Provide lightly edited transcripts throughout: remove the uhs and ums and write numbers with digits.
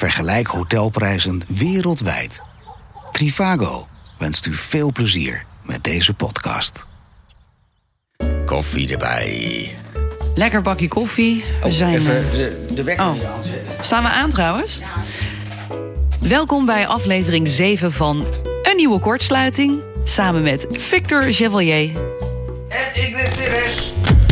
Vergelijk hotelprijzen wereldwijd. Trivago wenst u veel plezier met deze podcast. Koffie erbij. Lekker bakje koffie. We zijn even de wekker aanzetten. Staan we aan trouwens? Ja. Welkom bij aflevering 7 van Een Nieuwe Kortsluiting. Samen met Victor Chevalier. En Ingrid Pires.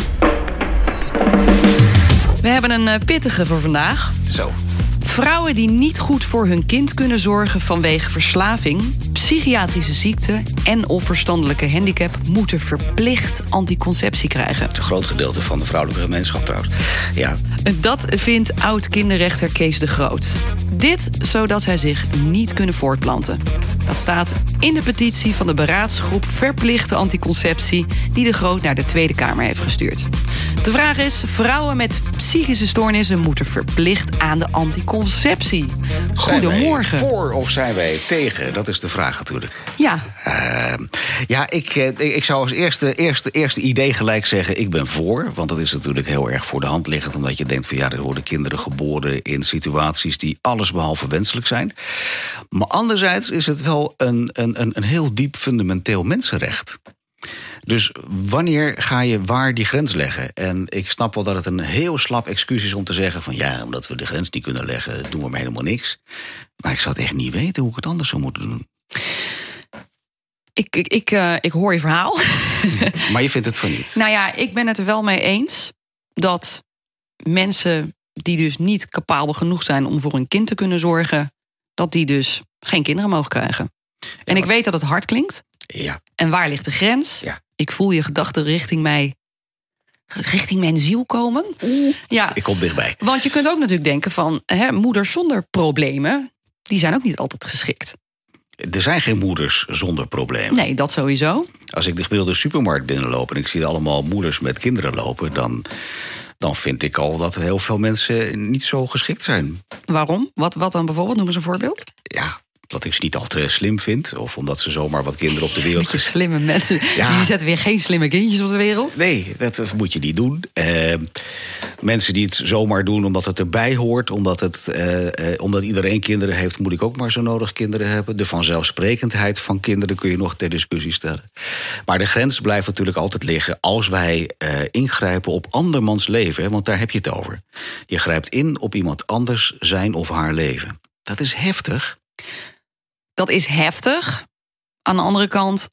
We hebben een pittige voor vandaag. Zo. Vrouwen die niet goed voor hun kind kunnen zorgen vanwege verslaving, psychiatrische ziekte en of verstandelijke handicap moeten verplicht anticonceptie krijgen. Het is een groot gedeelte van de vrouwelijke gemeenschap trouwens. Ja. Dat vindt oud-kinderrechter Kees de Groot. Dit zodat zij zich niet kunnen voortplanten. Dat staat in de petitie van de beraadsgroep Verplichte Anticonceptie die de Groot naar de Tweede Kamer heeft gestuurd. De vraag is, vrouwen met psychische stoornissen moeten verplicht aan de anticonceptie. Goedemorgen. Zijn wij voor of zijn wij tegen? Dat is de vraag natuurlijk. Ja. Ik zou als eerste idee gelijk zeggen, ik ben voor. Want dat is natuurlijk heel erg voor de hand liggend. Omdat je denkt van ja, er worden kinderen geboren in situaties die allesbehalve wenselijk zijn. Maar anderzijds is het wel een heel diep fundamenteel mensenrecht. Dus wanneer ga je waar die grens leggen? En ik snap wel dat het een heel slap excuus is om te zeggen van ja, omdat we de grens niet kunnen leggen, doen we maar helemaal niks. Maar ik zou het echt niet weten hoe ik het anders zou moeten doen. Ik hoor je verhaal. Maar je vindt het voor niet? Nou ja, ik ben het er wel mee eens dat mensen die dus niet capabel genoeg zijn om voor hun kind te kunnen zorgen, dat die dus geen kinderen mogen krijgen. En ik weet dat het hard klinkt. Ja. En waar ligt de grens? Ja. Ik voel je gedachten richting mijn ziel komen. Ja. Ik kom dichtbij. Want je kunt ook natuurlijk denken van moeders zonder problemen, die zijn ook niet altijd geschikt. Er zijn geen moeders zonder problemen. Nee, dat sowieso. Als ik de gemiddelde supermarkt binnenloop en ik zie allemaal moeders met kinderen lopen, dan vind ik al dat heel veel mensen niet zo geschikt zijn. Waarom? Wat dan bijvoorbeeld? Noem eens een voorbeeld. Ja, dat ik ze niet al te slim vind. Of omdat ze zomaar wat kinderen op de wereld... Beetje slimme mensen. Ja. Die zetten weer geen slimme kindjes op de wereld. Nee, dat moet je niet doen. Mensen die het zomaar doen omdat het erbij hoort, omdat iedereen kinderen heeft, moet ik ook maar zo nodig kinderen hebben. De vanzelfsprekendheid van kinderen kun je nog ter discussie stellen. Maar de grens blijft natuurlijk altijd liggen als wij ingrijpen op andermans leven. Hè, want daar heb je het over. Je grijpt in op iemand anders zijn of haar leven. Dat is heftig. Dat is heftig. Aan de andere kant,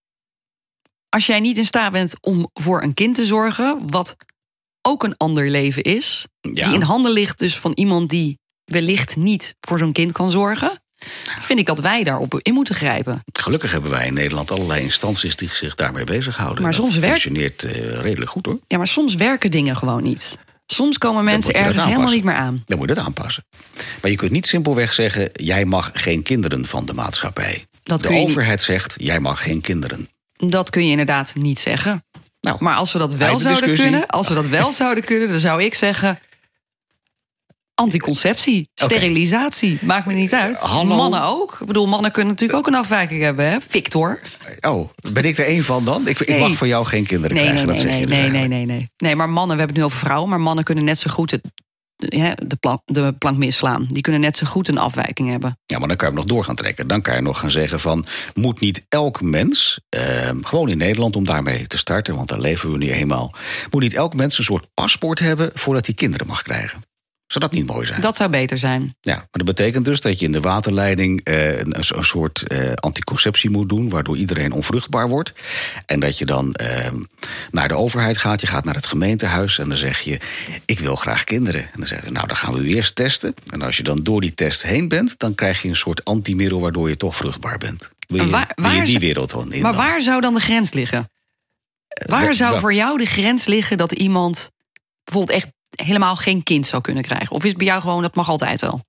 als jij niet in staat bent om voor een kind te zorgen, wat ook een ander leven is, die in handen ligt dus van iemand die wellicht niet voor zo'n kind kan zorgen, vind ik dat wij daarop in moeten grijpen. Gelukkig hebben wij in Nederland allerlei instanties die zich daarmee bezighouden. Maar soms functioneert redelijk goed hoor. Ja, maar soms werken dingen gewoon niet. Soms komen mensen ergens helemaal niet meer aan. Dan moet je dat aanpassen. Maar je kunt niet simpelweg zeggen, jij mag geen kinderen van de maatschappij. De overheid zegt, jij mag geen kinderen. Dat kun je inderdaad niet zeggen. Nou, maar als we dat wel zouden kunnen, dan zou ik zeggen, anticonceptie, sterilisatie, maakt me niet uit. Hallo? Mannen ook. Ik bedoel, mannen kunnen natuurlijk ook een afwijking hebben, hè? Victor. Oh, ben ik er één van dan? Ik mag voor jou geen kinderen krijgen, dat zeg je dus eigenlijk. Nee, maar mannen, we hebben het nu over vrouwen, maar mannen kunnen net zo goed de plank misslaan. Die kunnen net zo goed een afwijking hebben. Ja, maar dan kan je hem nog door gaan trekken. Dan kan je nog gaan zeggen van, moet niet elk mens, gewoon in Nederland om daarmee te starten, want daar leven we nu eenmaal, moet niet elk mens een soort paspoort hebben voordat hij kinderen mag krijgen? Zou dat niet mooi zijn? Dat zou beter zijn. Ja, maar dat betekent dus dat je in de waterleiding een soort anticonceptie moet doen, waardoor iedereen onvruchtbaar wordt. En dat je dan naar de overheid gaat, je gaat naar het gemeentehuis en dan zeg je, ik wil graag kinderen. En dan zeg je, nou, dan gaan we u eerst testen. En als je dan door die test heen bent, dan krijg je een soort antimiddel waardoor je toch vruchtbaar bent. Wil je die wereld dan in? Maar waar zou dan de grens liggen? Waar zou voor jou de grens liggen dat iemand bijvoorbeeld echt helemaal geen kind zou kunnen krijgen? Of is het bij jou gewoon, dat mag altijd wel?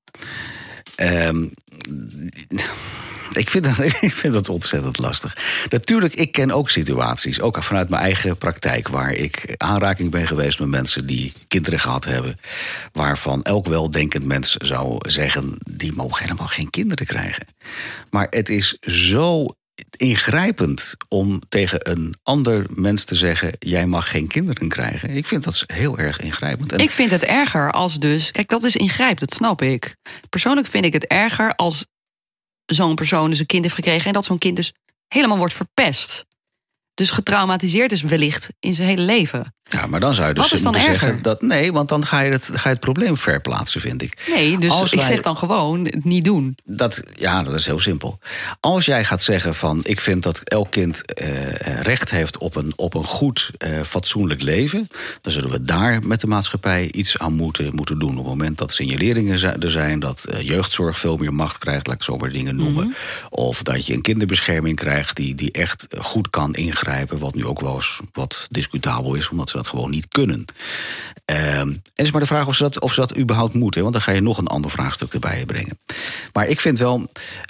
Ik vind dat ontzettend lastig. Natuurlijk, ik ken ook situaties, ook vanuit mijn eigen praktijk, waar ik aanraking ben geweest met mensen die kinderen gehad hebben, waarvan elk weldenkend mens zou zeggen, die mogen helemaal geen kinderen krijgen. Maar het is zo ingrijpend om tegen een ander mens te zeggen: jij mag geen kinderen krijgen. Ik vind dat heel erg ingrijpend. Ik vind het erger als dus... Kijk, dat is ingrijpend, dat snap ik. Persoonlijk vind ik het erger als zo'n persoon dus een kind heeft gekregen en dat zo'n kind dus helemaal wordt verpest. Dus getraumatiseerd is wellicht in zijn hele leven. Ja, maar dan zou je dus Wat is dan moeten erger? zeggen dat nee, want dan ga je het probleem verplaatsen, vind ik. Nee, dus ik zeg dan gewoon het niet doen. Dat is heel simpel. Als jij gaat zeggen van ik vind dat elk kind recht heeft op een goed, fatsoenlijk leven, dan zullen we daar met de maatschappij iets aan moeten doen. Op het moment dat signaleringen er zijn, dat jeugdzorg veel meer macht krijgt, laat ik zo maar dingen noemen. Mm-hmm. Of dat je een kinderbescherming krijgt die echt goed kan ingrijpen, wat nu ook wel eens wat discutabel is, omdat ze dat gewoon niet kunnen. En is maar de vraag of ze dat überhaupt moeten, want dan ga je nog een ander vraagstuk erbij brengen. Maar ik vind wel,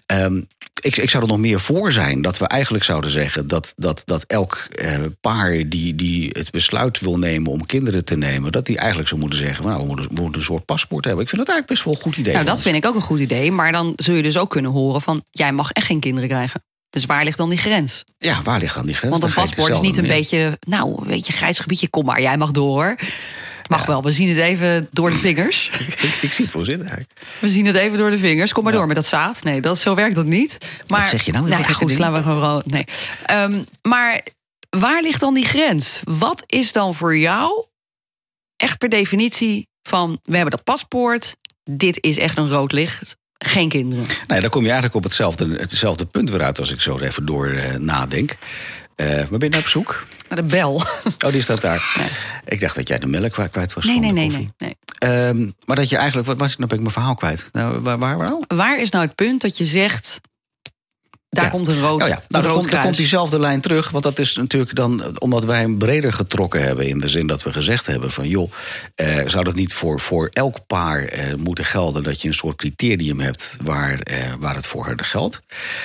ik zou er nog meer voor zijn dat we eigenlijk zouden zeggen dat elk paar die het besluit wil nemen om kinderen te nemen, dat die eigenlijk zou moeten zeggen, nou, we moeten een soort paspoort hebben. Ik vind dat eigenlijk best wel een goed idee. Nou, dat vind ik ook een goed idee, maar dan zul je dus ook kunnen horen van, jij mag echt geen kinderen krijgen. Dus waar ligt dan die grens? Ja, waar ligt dan die grens? Want een paspoort is niet een beetje grijs gebiedje. Kom maar, jij mag door hoor. Mag wel, we zien het even door de vingers. Ik zie het wel zitten eigenlijk. We zien het even door de vingers. Kom maar door met dat zaad. Nee, zo werkt dat niet. Maar, wat zeg je nou? Nou ja, goed, slaan we gewoon... Nee. Maar waar ligt dan die grens? Wat is dan voor jou echt per definitie van, we hebben dat paspoort, dit is echt een rood licht, geen kinderen? Nee, dan kom je eigenlijk op hetzelfde punt weer uit als ik zo even door nadenk. Waar ben je nou op zoek? Naar de bel. Oh, die staat daar. Ja. Ik dacht dat jij de melk kwijt was. Nee. Maar dat je eigenlijk, nou ben ik mijn verhaal kwijt. Nou, waar is nou het punt dat je zegt, daar komt een rood, dan komt diezelfde lijn terug. Want dat is natuurlijk dan, omdat wij hem breder getrokken hebben, in de zin dat we gezegd hebben van joh, zou dat niet voor elk paar moeten gelden dat je een soort criterium hebt waar het voor geldt.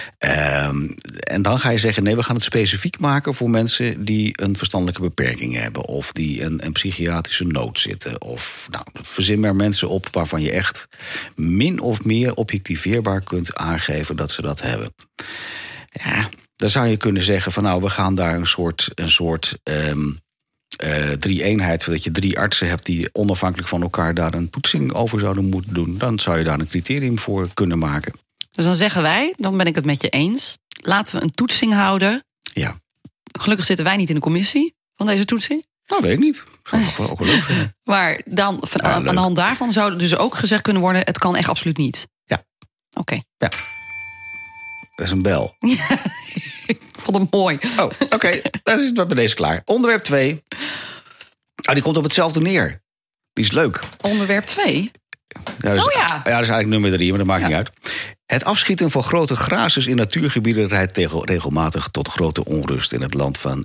En dan ga je zeggen, nee, we gaan het specifiek maken voor mensen die een verstandelijke beperking hebben, of die een psychiatrische nood zitten, of verzin maar mensen op waarvan je echt min of meer objectiveerbaar kunt aangeven dat ze dat hebben. Ja, dan zou je kunnen zeggen van nou, we gaan daar een soort drie-eenheid, zodat je 3 artsen hebt die onafhankelijk van elkaar daar een toetsing over zouden moeten doen. Dan zou je daar een criterium voor kunnen maken. Dus dan zeggen wij, dan ben ik het met je eens, laten we een toetsing houden. Ja. Gelukkig zitten wij niet in de commissie van deze toetsing. Nou, weet ik niet. Zou ik ook wel leuk vinden. Maar dan, aan de hand daarvan zou dus ook gezegd kunnen worden, het kan echt absoluut niet. Ja. Oké. Ja. Dat is een bel. Ja, ik vond hem mooi. Oh, oké. Dat is bij deze klaar. Onderwerp 2. Die komt op hetzelfde neer. Die is leuk. Onderwerp 2? Ja, dat is eigenlijk nummer 3, maar dat maakt niet uit. Het afschieten van grote grazers in natuurgebieden leidt regelmatig tot grote onrust in het land van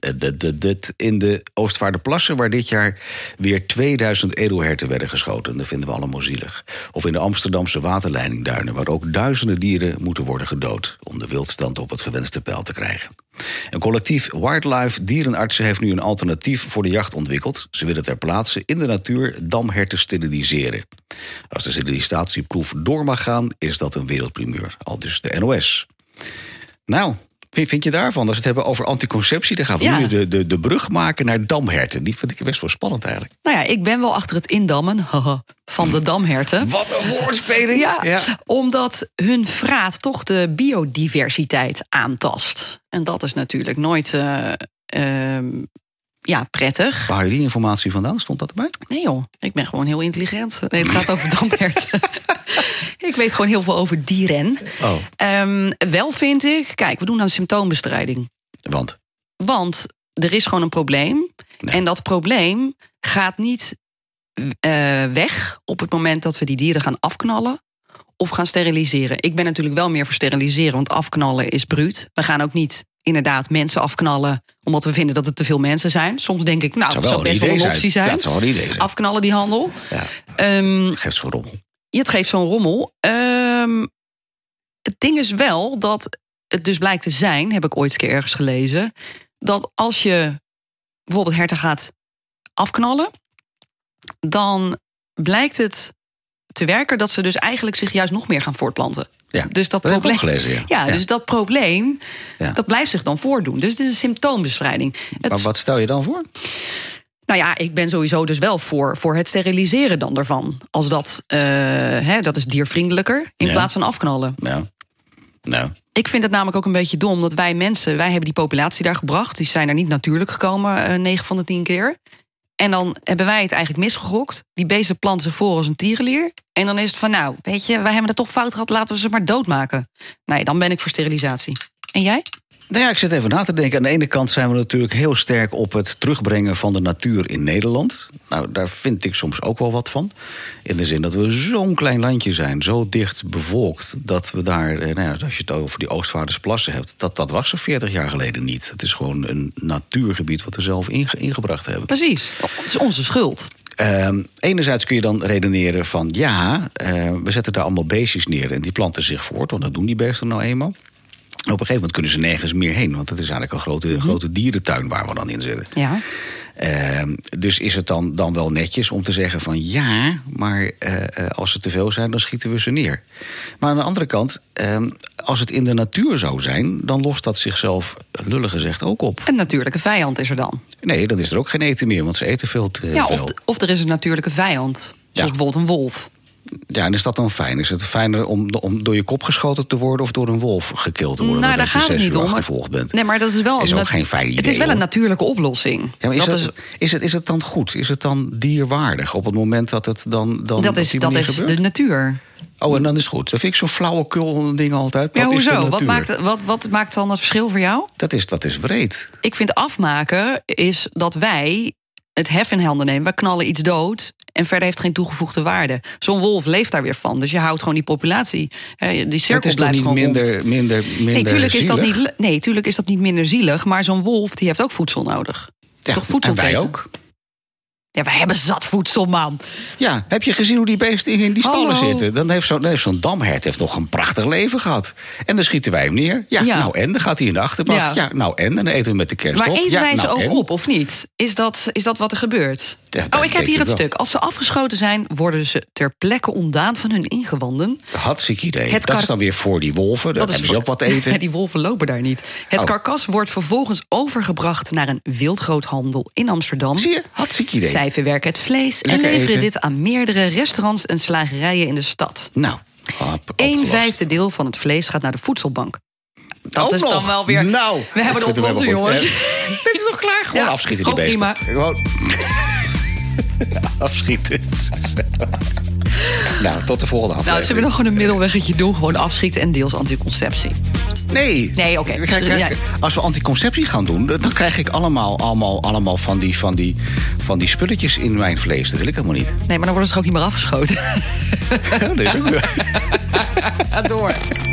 in de Oostvaarderplassen, waar dit jaar weer 2000 edelherten werden geschoten. Dat vinden we allemaal zielig. Of in de Amsterdamse waterleidingduinen, waar ook duizenden dieren moeten worden gedood om de wildstand op het gewenste peil te krijgen. Een collectief Wildlife Dierenartsen heeft nu een alternatief voor de jacht ontwikkeld. Ze willen ter plaatse in de natuur damherten steriliseren. Als de sterilisatieproef door mag gaan, is dat een wereldprimeur. Aldus de NOS. Nou, vind je daarvan? Als we het hebben over anticonceptie, dan gaan we nu de brug maken naar damherten. Die vind ik best wel spannend eigenlijk. Nou ja, ik ben wel achter het indammen van de damherten. Wat een woordspeling! Ja, omdat hun vraat toch de biodiversiteit aantast. En dat is natuurlijk nooit prettig. Waar haal je die informatie vandaan? Stond dat erbij? Nee joh, ik ben gewoon heel intelligent. Nee, het gaat over damherten. Ik weet gewoon heel veel over dieren. Oh. Wel vind ik, kijk, we doen aan symptoombestrijding. Want er is gewoon een probleem. Nee. En dat probleem gaat niet weg op het moment dat we die dieren gaan afknallen of gaan steriliseren. Ik ben natuurlijk wel meer voor steriliseren, want afknallen is bruut. We gaan ook niet inderdaad mensen afknallen omdat we vinden dat het te veel mensen zijn. Soms denk ik, nou, dat zou best wel een optie zijn. Ja, dat zou een idee zijn. Afknallen die handel. Ja. Het geeft zo'n rommel. Het geeft zo'n rommel. Het ding is wel dat het dus blijkt te zijn, heb ik ooit eens een keer ergens gelezen, dat als je bijvoorbeeld herten gaat afknallen, dan blijkt het te werken dat ze dus eigenlijk zich juist nog meer gaan voortplanten. Ja, dus dat heb ik probleem, ook gelezen, ja. Dus dat probleem, dat blijft zich dan voordoen. Dus het is een symptoombestrijding. Maar wat stel je dan voor? Nou ja, ik ben sowieso dus wel voor het steriliseren dan ervan. Als dat, dat is diervriendelijker in plaats van afknallen. Ja. Nou. Ik vind het namelijk ook een beetje dom dat wij hebben die populatie daar gebracht. Die zijn er niet natuurlijk gekomen 9 van de 10 keer. En dan hebben wij het eigenlijk misgegokt. Die beesten planten zich voor als een tierenlier. En dan is het van, nou, weet je, wij hebben het toch fout gehad, laten we ze maar doodmaken. Nee, dan ben ik voor sterilisatie. En jij? Nou ja, ik zit even na te denken. Aan de ene kant zijn we natuurlijk heel sterk op het terugbrengen van de natuur in Nederland. Nou, daar vind ik soms ook wel wat van. In de zin dat we zo'n klein landje zijn, zo dicht bevolkt, dat we daar, als je het over die Oostvaardersplassen hebt, dat was er 40 jaar geleden niet. Het is gewoon een natuurgebied wat we zelf ingebracht hebben. Precies, het is onze schuld. Enerzijds kun je dan redeneren van, we zetten daar allemaal beestjes neer en die planten zich voort, want dat doen die beesten nou eenmaal. En op een gegeven moment kunnen ze nergens meer heen, want het is eigenlijk een grote dierentuin waar we dan in zitten. Ja. Dus is het dan wel netjes om te zeggen van maar als ze te veel zijn, dan schieten we ze neer. Maar aan de andere kant, als het in de natuur zou zijn, dan lost dat zichzelf, lullig gezegd, ook op. Een natuurlijke vijand is er dan. Nee, dan is er ook geen eten meer, want ze eten veel te veel. Of er is een natuurlijke vijand, zoals bijvoorbeeld een wolf. Ja, en is dat dan fijn? Is het fijner om door je kop geschoten te worden of door een wolf gekild te worden? Nou, daar gaat het niet om. Achtervolgd bent? Nee, maar dat is wel ook geen fijn idee. Het is wel een natuurlijke oplossing. Ja, maar is het dan goed? Is het dan dierwaardig op het moment dat het dan dat is de natuur. Oh, en dan is het goed. Dat vind ik zo'n flauwekul ding altijd. Ja, hoezo? Wat maakt dan het verschil voor jou? Dat is wreed. Ik vind afmaken is dat wij het hef in handen nemen. We knallen iets dood en verder heeft geen toegevoegde waarde. Zo'n wolf leeft daar weer van. Dus je houdt gewoon die populatie. Die cirkel blijft gewoon minder zielig? Nee, tuurlijk is dat niet minder zielig. Maar zo'n wolf die heeft ook voedsel nodig. Ja, toch voedsel en wij vreten? ook. Ja, wij hebben zat voedsel, man. Ja, heb je gezien hoe die beesten in die stallen zitten? Dan heeft zo'n damhert nog een prachtig leven gehad. En dan schieten wij hem neer. Ja. Nou en? Dan gaat hij in de achterbak. Ja, nou en? Dan eten we met de kerst op. Maar eten wij ze ook op, of niet? Is dat wat er gebeurt? Ik heb hier het stuk. Als ze afgeschoten zijn, worden ze ter plekke ontdaan van hun ingewanden. Hartstikke idee. Dat is dan weer voor die wolven. Dan hebben ze ook wat eten. Die wolven lopen daar niet. Het karkas wordt vervolgens overgebracht naar een wildgroothandel in Amsterdam. Zie je? Hartstikke idee. Zij verwerken het vlees en leveren dit aan meerdere restaurants en slagerijen in de stad. Nou, 1/5 deel van het vlees gaat naar de voedselbank. Dat is nog? Dan wel weer. Nou, we hebben de oplossing, jongens. Dit is toch klaar? Gewoon afschieten, die beesten. Prima. Gewoon afschieten. Nou, tot de volgende aflevering. Nou, zullen we nog gewoon een middelweggetje doen? Gewoon afschieten en deels anticonceptie. Nee, oké. Als we anticonceptie gaan doen, dan krijg ik allemaal van die spulletjes in mijn vlees. Dat wil ik helemaal niet. Nee, maar dan worden ze ook niet meer afgeschoten. Dat is ook weer. Door.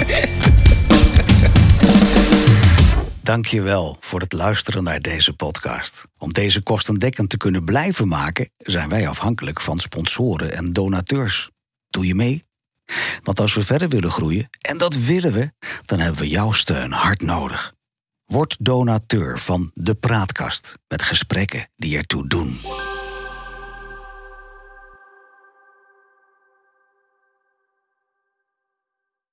Dank je wel voor het luisteren naar deze podcast. Om deze kostendekkend te kunnen blijven maken, zijn wij afhankelijk van sponsoren en donateurs. Doe je mee? Want als we verder willen groeien, en dat willen we, dan hebben we jouw steun hard nodig. Word donateur van De Praatkast, met gesprekken die ertoe doen.